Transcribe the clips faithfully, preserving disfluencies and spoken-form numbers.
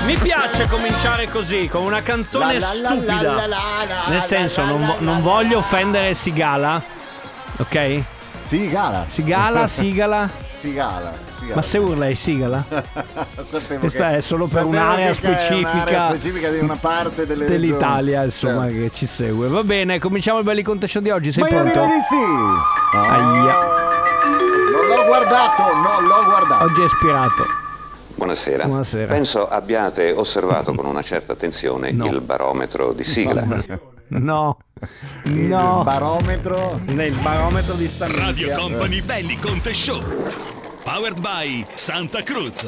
Mi piace cominciare così, con una canzone La, la, la, stupida. la, la, la, la, Nel senso, la, la, non, vo- la, non la, voglio la. offendere Sigala, ok? Sigala. Sigala, Sigala. Sigala. Sigala. Ma se urla è Sigala? Sapevo Questa che- è solo per sapevo un'area che è specifica, un'area specifica di una parte delle dell'Italia, regioni. insomma, Certo. che ci segue. Va bene, cominciamo il Belli Contest di oggi. Sei Ma io pronto? direi di sì. Oh. Aia. Non l'ho guardato, non l'ho guardato. Oggi è ispirato. Buonasera. Buonasera. Penso abbiate osservato con una certa attenzione No. il barometro di sigla. No, Il no. barometro. Nel barometro di sta Radio minchia. Company Belli Conte Show. Powered by Santa Cruz.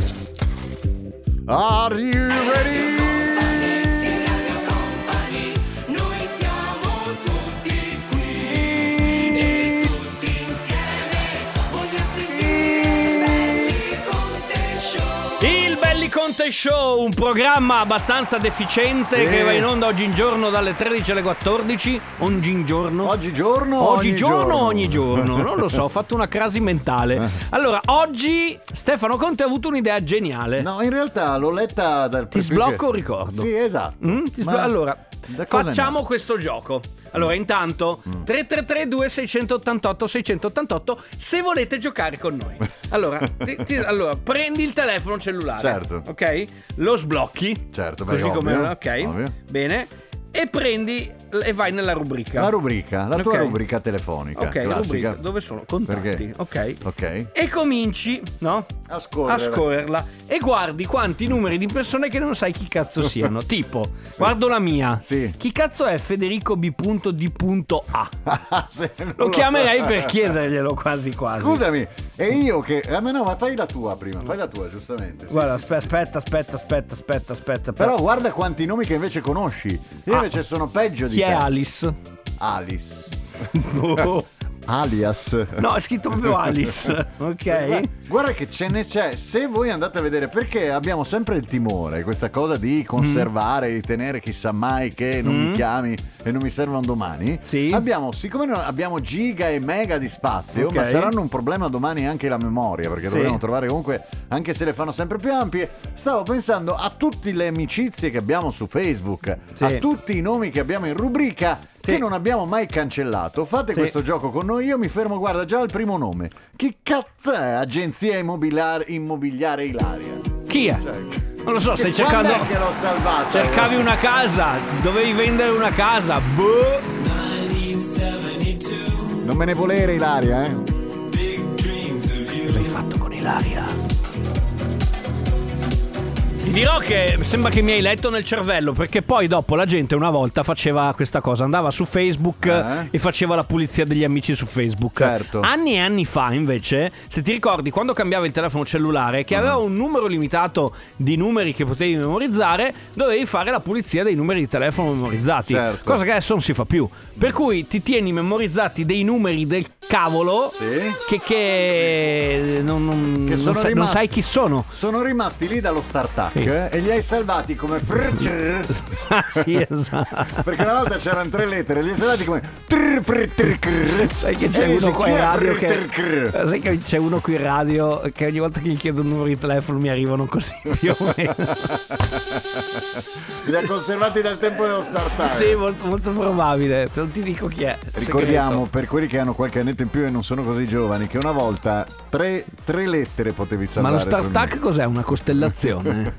Are you ready? Noi siamo tutti qui e tutti insieme voglio sentire Belli Conte Show. Il Belli Conte Show, un programma abbastanza deficiente Sì. che va in onda oggi in giorno dalle tredici alle quattordici. Oggi in giorno? Oggi giorno? Oggi ogni giorno o ogni giorno? Non lo so, ho fatto una crasi mentale. Allora, oggi Stefano Conte ha avuto un'idea geniale. No, in realtà l'ho letta dal Ti sblocco un ricordo. Sì, esatto. Mm? Ti sblo- Ma allora, da cosa facciamo no? questo gioco. Allora, intanto tre tre tre due sei otto otto sei otto otto se volete giocare con noi. Allora, ti- ti- allora, prendi il telefono cellulare. Certo. Ok? Lo sblocchi. Certo, beh, Così ovvio, come ok. ovvio. Bene. E prendi e vai nella rubrica. La rubrica, la tua Ok. rubrica telefonica. Ok, classica. rubrica. Dove sono? Contatti. Perché? Ok. Ok. E cominci, no? A scorrere. A scorrerla. E guardi quanti numeri di persone che non sai chi cazzo siano. Tipo, guardo la mia. Sì. Chi cazzo è Federico B. D. A? Se non Lo chiamerei per chiederglielo quasi quasi. Scusami, e io che... Eh, ma no, ma fai la tua prima, fai la tua, giustamente. Sì, Guarda, sì, aspe- aspetta, aspetta, aspetta, aspetta, aspetta. Però guarda quanti nomi che invece conosci. Io Ah. invece sono peggio di Chi te. è Alice? Alice. No. Alias. No, è scritto proprio Alice. Ok. Guarda che ce ne c'è. Se voi andate a vedere, perché abbiamo sempre il timore, questa cosa di conservare, di tenere chissà mai che non mi chiami e non mi serva un domani. Sì. Abbiamo, siccome noi abbiamo giga e mega di spazio, Ok. ma saranno un problema domani anche la memoria, perché Sì. dovremo trovare comunque, anche se le fanno sempre più ampie. Stavo pensando a tutte le amicizie che abbiamo su Facebook, Sì. a tutti i nomi che abbiamo in rubrica, Sì. che non abbiamo mai cancellato. Fate Sì. questo gioco con noi. Io mi fermo, guarda, già al primo nome. Chi cazzo è Agenzia Immobiliare, immobiliare Ilaria? Chi è? Cioè, Non lo so, stai che- quando cercando. è che l'ho salvata? Cercavi una casa, dovevi vendere una casa. Boh. Non me ne volere Ilaria, eh? L'hai fatto con Ilaria. Ti dirò che sembra che mi hai letto nel cervello, perché poi dopo la gente una volta faceva questa cosa, andava su Facebook Eh? e faceva la pulizia degli amici su Facebook. Certo. Anni e anni fa invece, se ti ricordi, quando cambiava il telefono cellulare, che aveva un numero limitato di numeri che potevi memorizzare, dovevi fare la pulizia dei numeri di telefono memorizzati. Certo. Cosa che adesso non si fa più. Per cui ti tieni memorizzati dei numeri del cavolo Sì. che, che non, non- Che non sono sai, non rimasti- sai chi sono. Sono rimasti lì dallo startup, Sì. eh, e li hai salvati come frrr, Ah, sì, esatto. perché una volta c'erano tre lettere, li hai salvati come trrr, frrr, trrr, crrr. Sai che E c'è dici, uno qua chi in è radio frrr, che trrr, crrr? sai che c'è uno qui in radio che ogni volta che gli chiedo un numero di telefono mi arrivano così più o meno. Li ha conservati dal tempo dello startup. Sì, molto, molto probabile. Non ti dico chi è. Ricordiamo, Segreto. per quelli che hanno qualche annetto in più e non sono così giovani, che una volta tre, tre lettere potevi Ma salvare. lo sul StarTac cos'è? Una costellazione?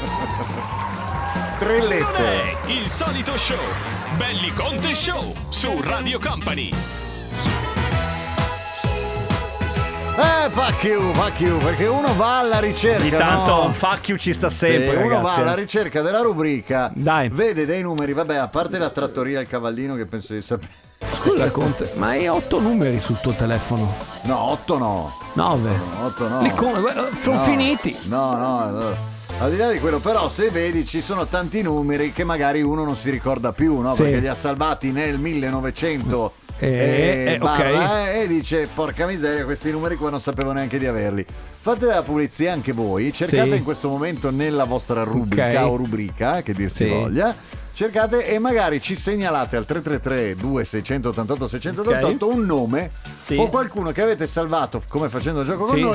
Tre Non lettere. è il solito show. Belli Conte Show su Radio Company. Eh, fuck you, fuck you, perché uno va alla ricerca. Ogni tanto no? un fuck you ci sta Sì, sempre, uno ragazzi. va alla ricerca della rubrica, Dai. vede dei numeri, vabbè, a parte la trattoria e il cavallino che penso di sapere. Scusa Conte, ma hai otto numeri sul tuo telefono? No, otto no. Nove. Otto no. Li con- guarda, sono No. finiti. No, no, no. Al di là di quello, però, se vedi, ci sono tanti numeri che magari uno non si ricorda più, no? Sì. Perché li ha salvati nel millenovecento. Eh, e, eh, barra, eh, e dice porca miseria, questi numeri qua non sapevo neanche di averli. Fate la pulizia anche voi, cercate Sì. in questo momento nella vostra rubrica Ok. o rubrica, che dir si Sì. voglia, cercate e magari ci segnalate al tre tre tre due sei otto otto sei otto otto Ok. un nome Sì. o qualcuno che avete salvato come facendo il gioco Sì. con noi,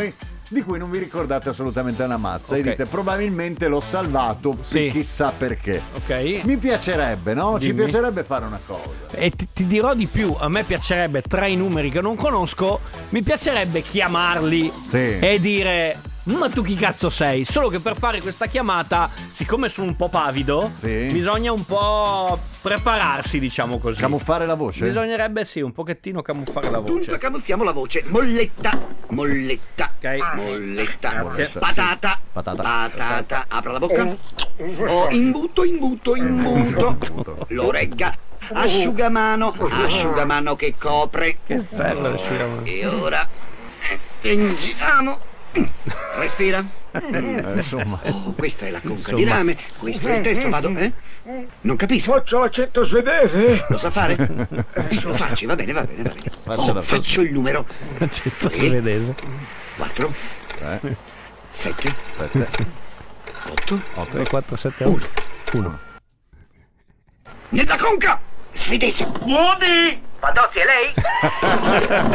di cui non vi ricordate assolutamente una mazza. Ok. E dite probabilmente l'ho salvato, Sì. chissà perché. Ok. Mi piacerebbe, no? Ci Dimmi. piacerebbe fare una cosa. E ti, ti dirò di più, a me piacerebbe, tra i numeri che non conosco, mi piacerebbe chiamarli Sì. e dire: ma tu chi cazzo sei? Solo che per fare questa chiamata, siccome sono un po' pavido, Sì. bisogna un po' prepararsi, diciamo così. Camuffare la voce? Bisognerebbe sì, un pochettino camuffare la Dunque voce. camuffiamo la voce. Molletta, molletta, Ok. molletta, Grazie. patata, Patata. patata, apra la bocca. Oh, imbuto, imbuto, imbuto. L'oregga, asciugamano, asciugamano che copre. Che bello l'asciugamano. E ora stringiamo. Respira. Eh, insomma. Oh, questa è la conca Insomma. di rame, questo è il testo, vado, eh? Non capisco. Faccio l'accento svedese. Lo sa fare? Lo faccio, va bene, va bene, va bene. Faccela, Oh, faccio il numero Accetto svedese. quattro, Eh, sette, aspetta. otto, tre, quattro, sette, otto. uno. nella conca! Svedese! Buoni! Fantozzi, è lei?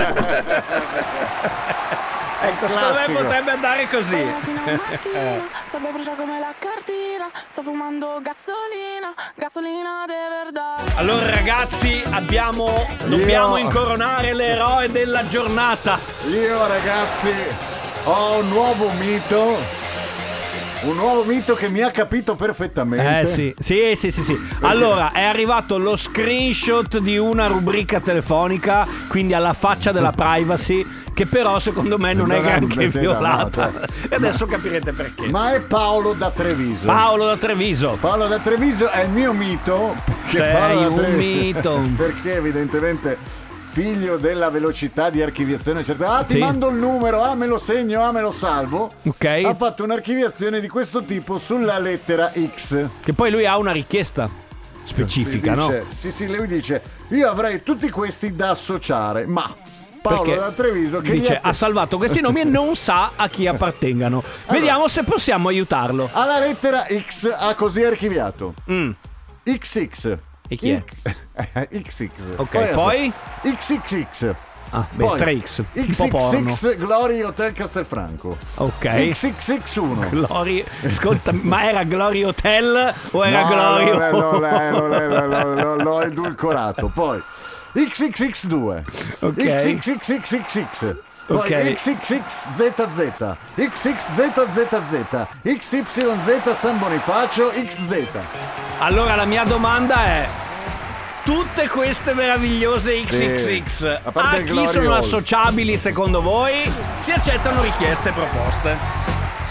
Ecco, secondo me Classico. potrebbe andare così. Fino a mattina, sabbia brucia come la cartina. Sto fumando gasolina, gasolina de verdad. Allora ragazzi, abbiamo dobbiamo Io- incoronare l'eroe della giornata. Io ragazzi ho un nuovo mito. Un nuovo mito che mi ha capito perfettamente. Eh sì, sì, sì, sì, sì. Allora, è arrivato lo screenshot di una rubrica telefonica, quindi alla faccia della privacy, che però secondo me non è Non è granché ben violata. chiamata. E adesso capirete perché. Ma è Paolo da Treviso. Paolo da Treviso. Paolo da Treviso è il mio mito. Che Sei Paolo da un Treviso- mito. Perché evidentemente figlio della velocità di archiviazione, certo. Ah, ti Sì. mando il numero, ah, me lo segno, ah, me lo salvo. Ok. Ha fatto un'archiviazione di questo tipo sulla lettera X. Che poi lui ha una richiesta specifica, Si no? dice- Sì, sì, lui dice: io avrei tutti questi da associare, ma Paolo Perché da Treviso che dice gli ha salvato questi nomi e non sa a chi appartengano. Vediamo se possiamo aiutarlo. alla lettera X ha così archiviato Mm. X X. E chi è? X X. Ok, poi? X X X. Ah, beh, Poi tre X, un po' porno. X X X Glory Hotel Castelfranco. Ok. X X X uno. Glory, ascolta, ma era Glory Hotel o era No, Glory no, no, no, no, no, no, no, no, l'ho edulcorato. Poi X X X due. Ok. X X X X X X. Poi Ok. X X X Z Z. X X Z Z Z. X Y Z San Bonifacio X Z. Allora la mia domanda è: tutte queste meravigliose X X X Sì. A a, parte il chi Glory sono Hall. associabili secondo voi? Si accettano richieste e proposte.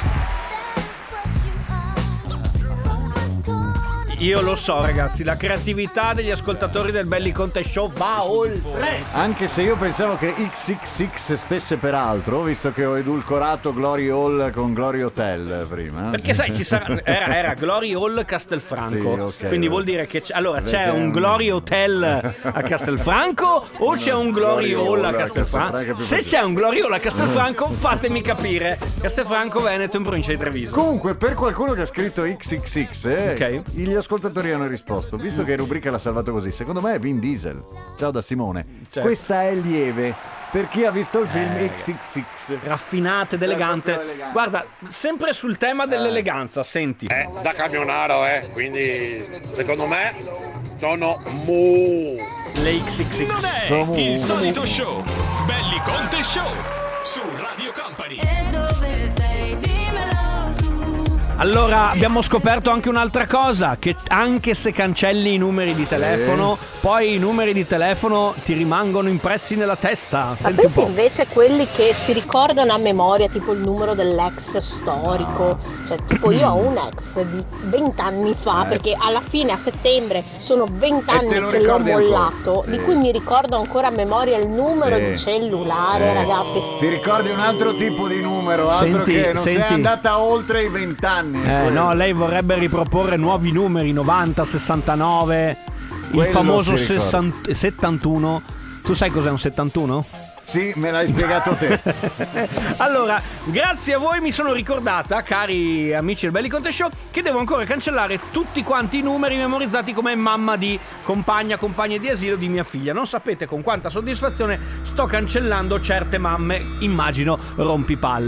Io lo so ragazzi, la creatività degli ascoltatori del Belli Conte Show va oltre. Anche se io pensavo che X X X stesse per altro, visto che ho edulcorato Glory Hall con Glory Hotel prima. Perché sai, ci sarà, era, era Glory Hall Castelfranco. Sì, ok, quindi vabbè. vuol dire che c'è, allora c'è Vediamo. un Glory Hotel a Castelfranco o c'è un Glory Hall a Castelfranco? Castelfranco è più Se facile. c'è un Glory Hall a Castelfranco, fatemi capire. Castelfranco Veneto in provincia di Treviso. Comunque, per qualcuno che ha scritto X X X, eh, Ok. gli ascoltatori hanno risposto, visto che rubrica l'ha salvato così, secondo me è Vin Diesel. Ciao da Simone. Certo. Questa è lieve per chi ha visto il film Eh, X X X. Raffinata ed elegante. proprio elegante. Guarda, sempre sul tema dell'eleganza, senti. Eh, da camionaro, eh, quindi secondo me sono mu. Le X X X. Non è Sono- il solito show. Belli Conte Show su Radio Company. E dove sei? Dimmelo tu. Allora, abbiamo scoperto anche un'altra cosa, che anche se cancelli i numeri di telefono, poi i numeri di telefono ti rimangono impressi nella testa. Ma Senti un pensi po'. invece quelli che si ricordano a memoria, tipo il numero dell'ex storico, cioè tipo io ho un ex di vent'anni fa, perché alla fine a settembre sono vent'anni te lo che l'ho ricordi ancora? mollato, di Sì. cui mi ricordo ancora a memoria il numero Sì. di cellulare, Eh, ragazzi. Ti ricordi un altro tipo di numero, altro Senti, che non sei senti. andata oltre i vent'anni. Eh, no, lei vorrebbe riproporre nuovi numeri, novanta, sessantanove, il Quello famoso si ricorda. sessanta settantuno. Tu sai cos'è un settantuno? Sì, me l'hai spiegato te. Allora, grazie a voi mi sono ricordata, cari amici del Belli Conte Show, che devo ancora cancellare tutti quanti i numeri memorizzati come mamma di compagna, compagna di asilo di mia figlia. Non sapete con quanta soddisfazione sto cancellando certe mamme, immagino rompipalle.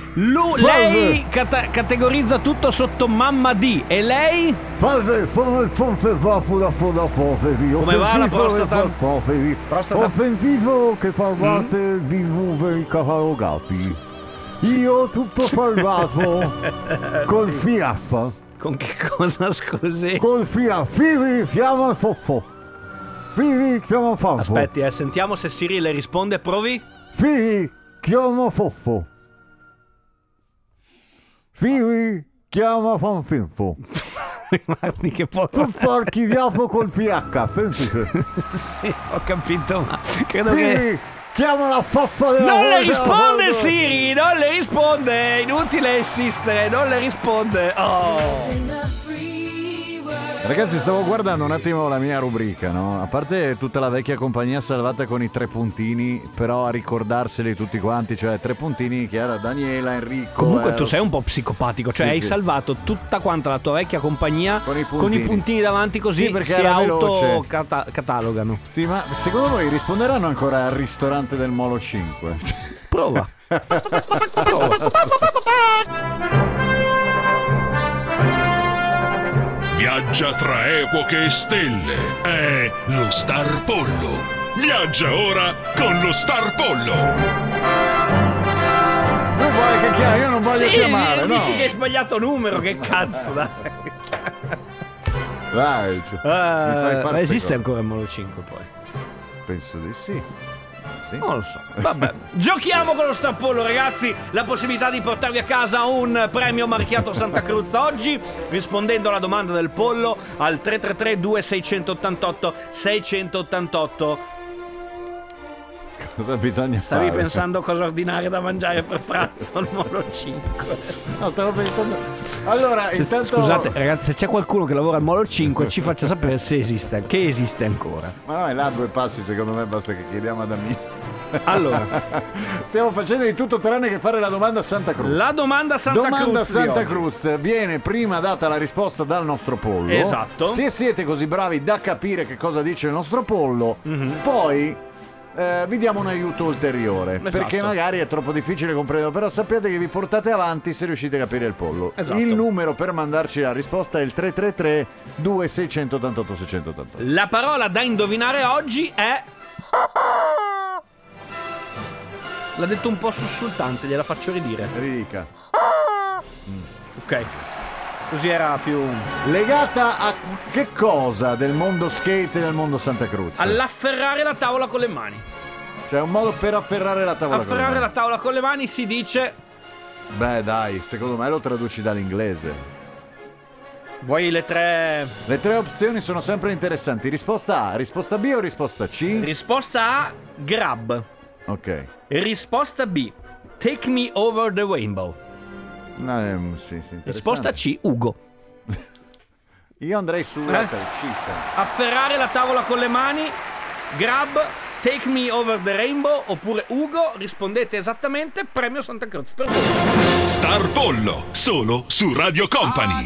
Lu- lei cata- categorizza tutto sotto mamma di. E lei? Come va la prostata? Prostata? Offensivo che parlate mm. di numeri catalogati. Io tutto parlato col sì. Fiat. Con che cosa, scusi? Col Fiat. Fili, chiama Foffo. Fili, chiama Fanfo. Aspetti, eh, sentiamo se Siri le risponde, provi. Fili, chiama Foffo. Fili, chiama Fanfinfo. Guardi che può. Tutto archiviato col P H, semplice. Sì, ho capito, ma credo Fili, che... chiama la faffa della Non le volta, risponde la Siri, non le risponde, è inutile insistere, non le risponde. Oh. Ragazzi, stavo guardando un attimo la mia rubrica, no? A parte tutta la vecchia compagnia salvata con i tre puntini, però a ricordarseli tutti quanti, cioè tre puntini che era Daniela, Enrico. Comunque eh, tu sei un po' psicopatico, cioè sì, hai sì. salvato tutta quanta la tua vecchia compagnia con i puntini, con i puntini davanti, così sì, perché si era veloce. autocatalogano. Sì, ma secondo voi risponderanno ancora al ristorante del Molo cinque? Prova. Prova. Viaggia tra epoche e stelle. È lo Star Pollo. Viaggia ora con lo Star Pollo. Non vuoi che chiami? Io non voglio sì, chiamare, no? Dici che hai sbagliato numero, che cazzo, dai. Dai, cioè, Uh, mi fai fare ma esiste cose. ancora il Molo cinque poi? Penso di sì. Sì. Non lo so. Vabbè. Giochiamo con lo Star Pollo, ragazzi. La possibilità di portarvi a casa un premio marchiato Santa Cruz oggi, rispondendo alla domanda del pollo al tre tre tre due sei otto otto sei otto otto. Cosa bisogna Stavi fare? pensando cosa ordinare da mangiare per pranzo al Molo cinque? No, stavo pensando. Allora, Se- intanto. Scusate, ragazzi, se c'è qualcuno che lavora al Molo cinque, ci faccia sapere se esiste, che esiste ancora. Ma no, è là due passi, secondo me basta che chiediamo ad amici. Allora, stiamo facendo di tutto tranne che fare la domanda a Santa Cruz. la domanda a Santa domanda Cruz a Santa di Cruz viene prima data la risposta dal nostro pollo. Esatto. Se siete così bravi da capire che cosa dice il nostro pollo, Mhm. poi eh, vi diamo un aiuto ulteriore. Esatto. Perché magari è troppo difficile comprendere. Però sappiate che vi portate avanti se riuscite a capire il pollo. Esatto. Il numero per mandarci la risposta è il tre tre tre due sei otto otto sei otto otto. La parola da indovinare oggi è... L'ha detto un po' sussultante, gliela faccio ridire. Ridica. Ok. Così era più... Legata a che cosa del mondo skate e del mondo Santa Cruz? All'afferrare la tavola con le mani. Cioè un modo per afferrare la tavola con le Afferrare mani. la tavola con le mani si dice... Beh dai, secondo me lo traduci dall'inglese. Vuoi le tre... Le tre opzioni sono sempre interessanti. Risposta A, risposta B o risposta C? Risposta A, grab. Ok. Risposta B, take me over the rainbow. No, ehm, sì, sì, interessante. Risposta C, Ugo. Io andrei su Eh? la C, sa. Afferrare la tavola con le mani, grab, take me over the rainbow, oppure Ugo. Rispondete esattamente, premio Santa Cruz per voi. Star Pollo, solo su Radio Company.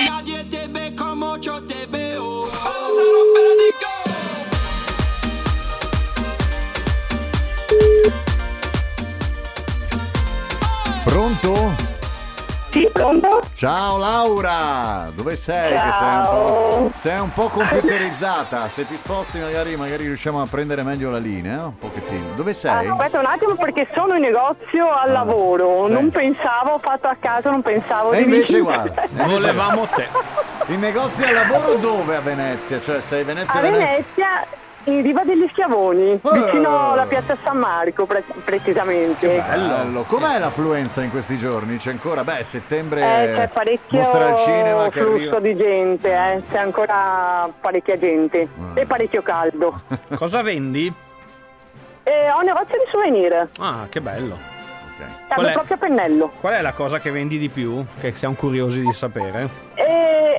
Pronto? Sì, pronto? Ciao Laura! Dove sei? Che sei un po', sei un po' computerizzata. Se ti sposti magari, magari riusciamo a prendere meglio la linea, un pochettino. Dove sei? Aspetta un attimo perché sono in negozio al lavoro. sì. Non pensavo, ho fatto a caso, non pensavo E di invece vincere. guarda, Volevamo te. in negozio al lavoro dove a Venezia? Cioè sei Venezia A Venezia, in Riva degli Schiavoni, vicino alla piazza San Marco, pre- precisamente. Bello. Com'è l'affluenza in questi giorni? C'è ancora? Beh, settembre Eh, c'è parecchio mostra al cinema che flusso arriva. di gente, eh. C'è ancora parecchia gente Ah. e parecchio caldo. Cosa vendi? E ho un negozio di souvenir, Ah, che bello. cambio è? proprio a pennello. Qual è la cosa che vendi di più? Che siamo curiosi di sapere. E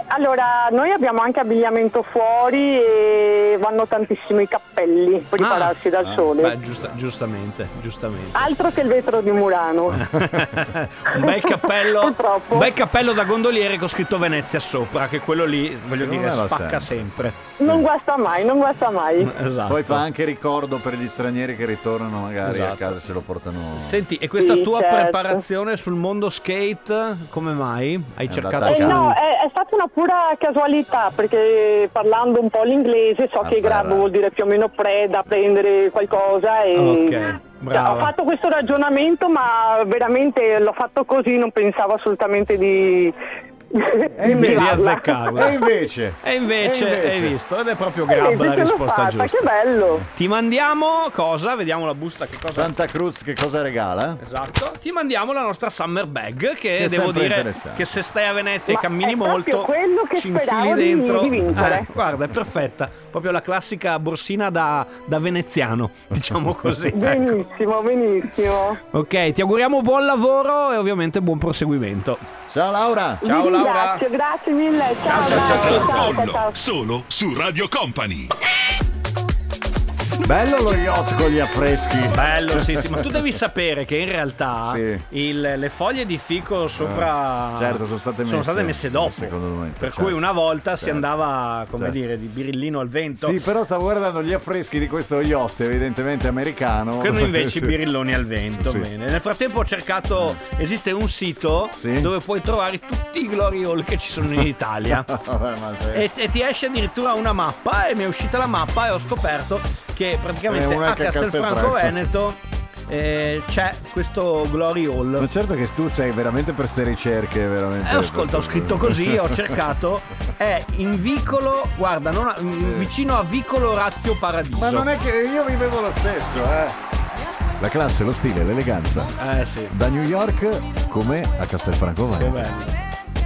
Allora, noi abbiamo anche abbigliamento fuori e vanno tantissimo i cappelli per ripararsi Ah. dal Ah, sole. Beh, giusta- giustamente, giustamente. Altro che il vetro di Murano. Un bel cappello, Purtroppo. un bel cappello da gondoliere con scritto Venezia sopra, che quello lì, voglio Secondo dire, me va spacca sempre. sempre. Non guasta mai, non guasta mai. Esatto. Poi fa anche ricordo per gli stranieri che ritornano magari Esatto. a casa se lo portano. Senti, e questa Sì, tua certo. preparazione sul mondo skate, come mai? Hai È cercato andata Eh, a su... no, è, è stata una pura casualità, perché parlando un po' l'inglese so Ah, che grab ferra. vuol dire più o meno pre, da prendere qualcosa e Ok, Cioè, brava. ho fatto questo ragionamento, ma veramente l'ho fatto così, non pensavo assolutamente di E Di invece, azzeccarla. e invece, E invece, E invece. hai visto? Ed è proprio Eh, grab invece la l'ho risposta fatta, giusta. che bello. Ti mandiamo cosa? Vediamo la busta che cosa. Santa Cruz che cosa regala? Esatto. Ti mandiamo la nostra Summer Bag, che, Che è devo sempre dire interessante. che se stai a Venezia Ma e cammini è proprio molto, quello che ci speravo infili di- dentro. di vincere. Eh, guarda, è perfetta. Proprio la classica borsina da, da veneziano, diciamo così. ecco. Benissimo, benissimo. Ok, ti auguriamo buon lavoro e ovviamente buon proseguimento. Ciao Laura. Ciao Vi Laura. ringrazio, grazie mille. Ciao, ciao, grazie, Star ciao, ciao, Pollo, ciao. solo su Radio Company. Bello lo yacht con gli affreschi. Bello, sì, sì, ma tu devi sapere che in realtà Sì. il- le foglie di fico sopra Eh, certo, sono state sono messe state messe dopo. nel secondo momento, per certo. cui una volta si Certo. andava, come Certo. dire, di birillino al vento. Sì, però stavo guardando gli affreschi di questo yacht, evidentemente americano. Che noi invece i Sì. birilloni al vento. Sì. Bene. Nel frattempo ho cercato. Esiste un sito Sì. dove puoi trovare tutti i glory hole che ci sono in Italia. Vabbè, ma sei- E, e ti esce addirittura una mappa. E mi è uscita la mappa e ho scoperto che praticamente È una a che a Castelfranco Castelfranco. Veneto eh, c'è questo glory hole. Ma certo che tu sei veramente per ste ricerche, veramente. Eh, ascolta, ho scritto così, ho cercato. È in vicolo, guarda, non a- vicino a vicolo Orazio Paradiso. Ma non è che io vivevo lo stesso, eh. La classe, lo stile, l'eleganza. Eh sì. Da New York come a Castelfranco Che Veneto. bello.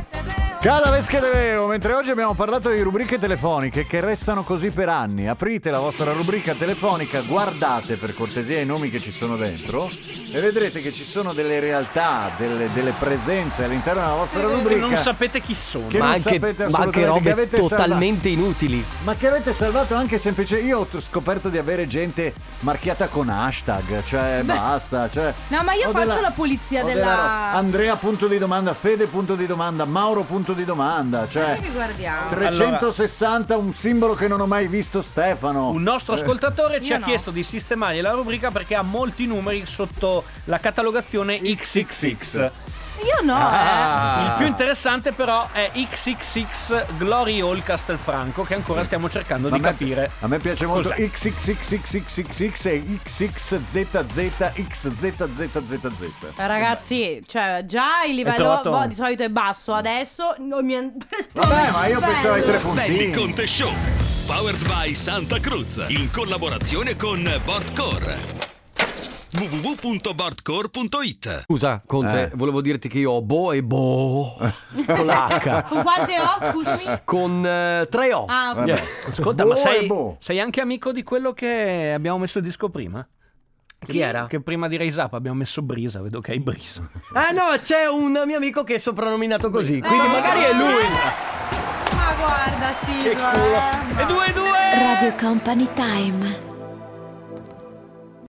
Cada vez che devo, mentre oggi abbiamo parlato di rubriche telefoniche che restano così per anni. Aprite la vostra rubrica telefonica, guardate per cortesia i nomi che ci sono dentro e vedrete che ci sono delle realtà, delle, delle presenze all'interno della vostra rubrica. Non sapete chi sono. Che ma, non anche, sapete ma anche assolutamente, robe che avete totalmente inutili. Ma che avete salvato anche semplicemente. Io ho scoperto di avere gente marchiata con hashtag, cioè basta. Cioè, No, ma io ho faccio della- la pulizia ho della... della ro- Andrea punto di domanda, Fede punto di domanda, Mauro punto di domanda. Cioè Che guardiamo. trecentosessanta, un simbolo che non ho mai visto, Stefano. Un nostro Eh. ascoltatore ci Io ha no. chiesto di sistemare la rubrica perché ha molti numeri sotto la catalogazione X X X. Io no, Ah. Il più interessante però è X X X Glory Hall Castelfranco, che ancora stiamo cercando Ma di a me- capire. A me piace molto cos'è. X X X X X X e X X Z Z X Z Z Z Z. eh. Ragazzi, cioè già il livello trovato- boh, di solito è basso, adesso non mi... Vabbè, ma io pensavo ai tre Belli puntini. Conte Show, powered by Santa Cruz, in collaborazione con Boardcore. w w w punto boardcore punto it. Scusa, Conte, Eh. volevo dirti che io ho Bo e Bo con l'H. Con quante O, scusami? Con eh, tre O. Ah, ok. Vabbè. Ascolta, Boh ma sei, e boh. sei anche amico di quello che abbiamo messo il disco prima? Chi era? Che prima di Raise Up abbiamo messo Brisa, vedo che hai Brisa. Ah no, c'è un mio amico che è soprannominato così, quindi Eh. magari è lui. Ma guarda, sì. Che culo. E due e due! Radio Company Time.